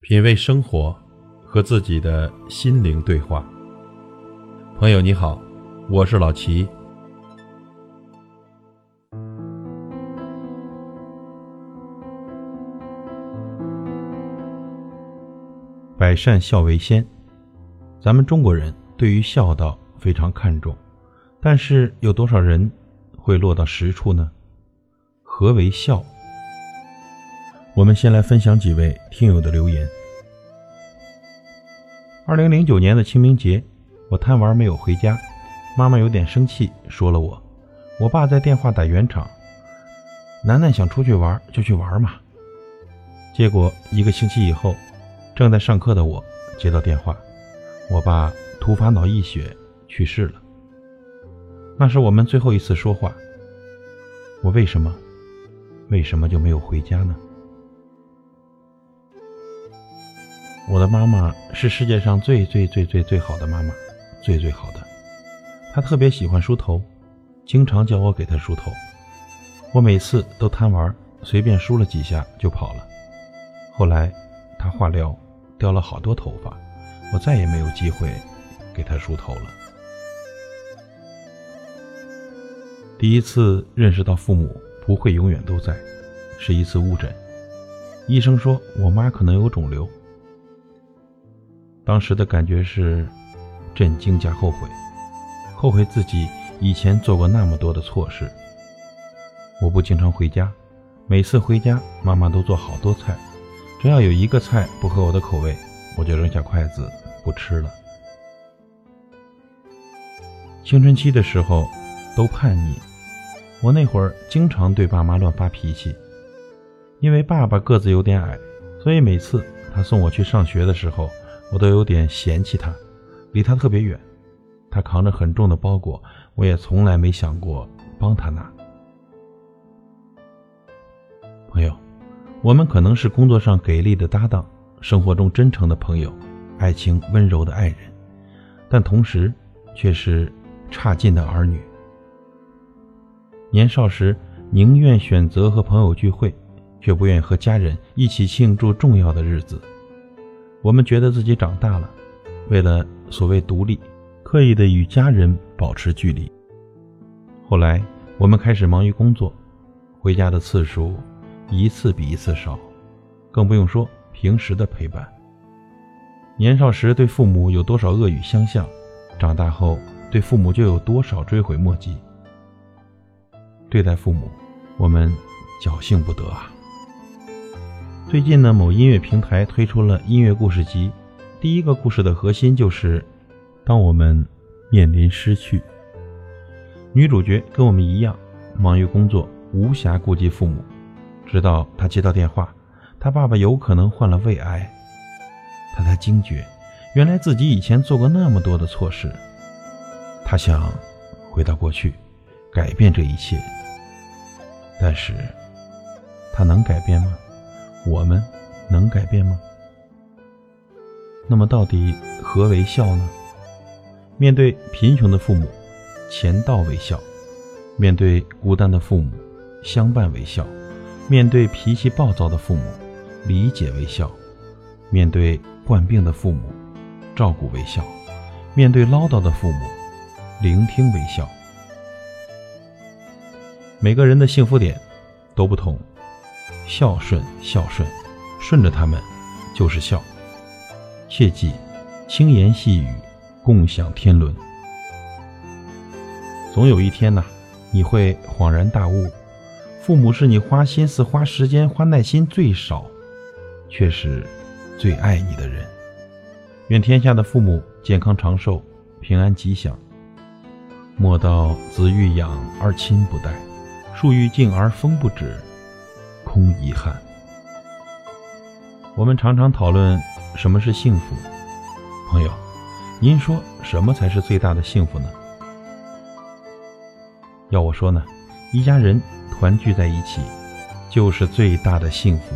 品味生活，和自己的心灵对话。朋友你好，我是老齐。百善孝为先，咱们中国人对于孝道非常看重，但是有多少人会落到实处呢？何为孝？我们先来分享几位听友的留言。2009年的清明节，我贪玩没有回家，妈妈有点生气，说了我爸在电话打圆场，楠楠想出去玩就去玩嘛。结果1个星期以后，正在上课的我接到电话，我爸突发脑溢血去世了。那是我们最后一次说话，我为什么就没有回家呢？我的妈妈是世界上最好的妈妈，最好的。她特别喜欢梳头，经常叫我给她梳头。我每次都贪玩，随便梳了几下就跑了。后来她化疗，掉了好多头发，我再也没有机会给她梳头了。第一次认识到父母不会永远都在，是一次误诊。医生说我妈可能有肿瘤。当时的感觉是震惊加后悔，后悔自己以前做过那么多的错事。我不经常回家，每次回家妈妈都做好多菜，只要有一个菜不合我的口味，我就扔下筷子不吃了。青春期的时候都叛逆，我那会儿经常对爸妈乱发脾气。因为爸爸个子有点矮，所以每次他送我去上学的时候，我都有点嫌弃他，离他特别远。他扛着很重的包裹，我也从来没想过帮他拿。朋友，我们可能是工作上给力的搭档，生活中真诚的朋友，爱情温柔的爱人，但同时却是差劲的儿女。年少时宁愿选择和朋友聚会，却不愿和家人一起庆祝重要的日子。我们觉得自己长大了，为了所谓独立，刻意的与家人保持距离。后来我们开始忙于工作，回家的次数一次比一次少，更不用说平时的陪伴。年少时对父母有多少恶语相向，长大后对父母就有多少追悔莫及。对待父母，我们侥幸不得啊。最近呢，某音乐平台推出了音乐故事集，第一个故事的核心就是当我们面临失去。女主角跟我们一样，忙于工作，无暇顾及父母，直到她接到电话，她爸爸有可能患了胃癌。她才惊觉，原来自己以前做过那么多的错事。她想回到过去，改变这一切，但是她能改变吗？我们能改变吗？那么到底何为孝呢？面对贫穷的父母，钱道为孝；面对孤单的父母，相伴为孝；面对脾气暴躁的父母，理解为孝；面对患病的父母，照顾为孝；面对唠叨的父母，聆听为孝。每个人的幸福点都不同，孝顺，顺着他们就是孝。切记，轻言细语，共享天伦。总有一天呢，你会恍然大悟，父母是你花心思、花时间、花耐心最少，却是最爱你的人。愿天下的父母健康长寿，平安吉祥。莫道子欲养而亲不待，树欲静而风不止，空遗憾。我们常常讨论什么是幸福，朋友，您说什么才是最大的幸福呢？要我说呢，一家人团聚在一起，就是最大的幸福。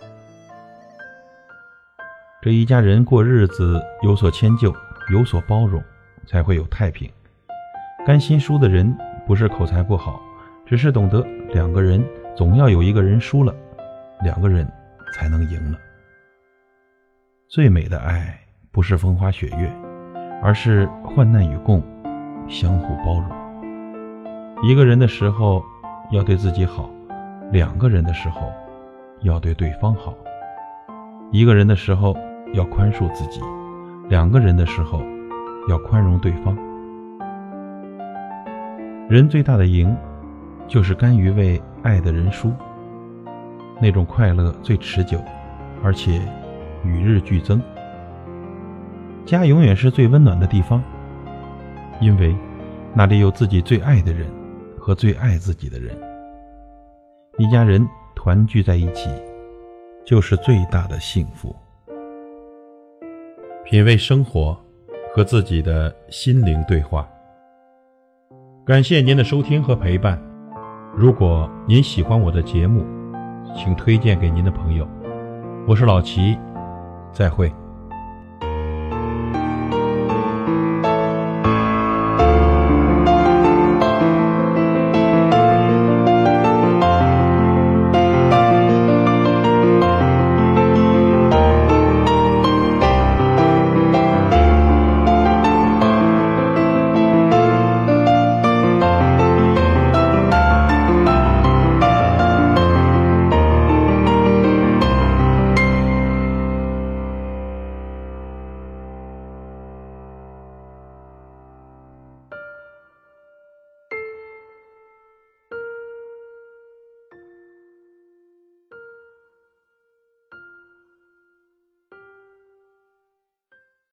这一家人过日子有所迁就，有所包容，才会有太平。甘心输的人不是口才不好，只是懂得两个人总要有一个人输了，两个人才能赢了。 最美的爱不是风花雪月，而是患难与共，相互包容。一个人的时候要对自己好，两个人的时候要对对方好。一个人的时候要宽恕自己，两个人的时候要宽容对方。人最大的赢，就是甘于为爱的人输，那种快乐最持久，而且与日俱增。家永远是最温暖的地方，因为那里有自己最爱的人和最爱自己的人。一家人团聚在一起，就是最大的幸福。品味生活，和自己的心灵对话。感谢您的收听和陪伴。如果您喜欢我的节目，请推荐给您的朋友。我是老齐，再会。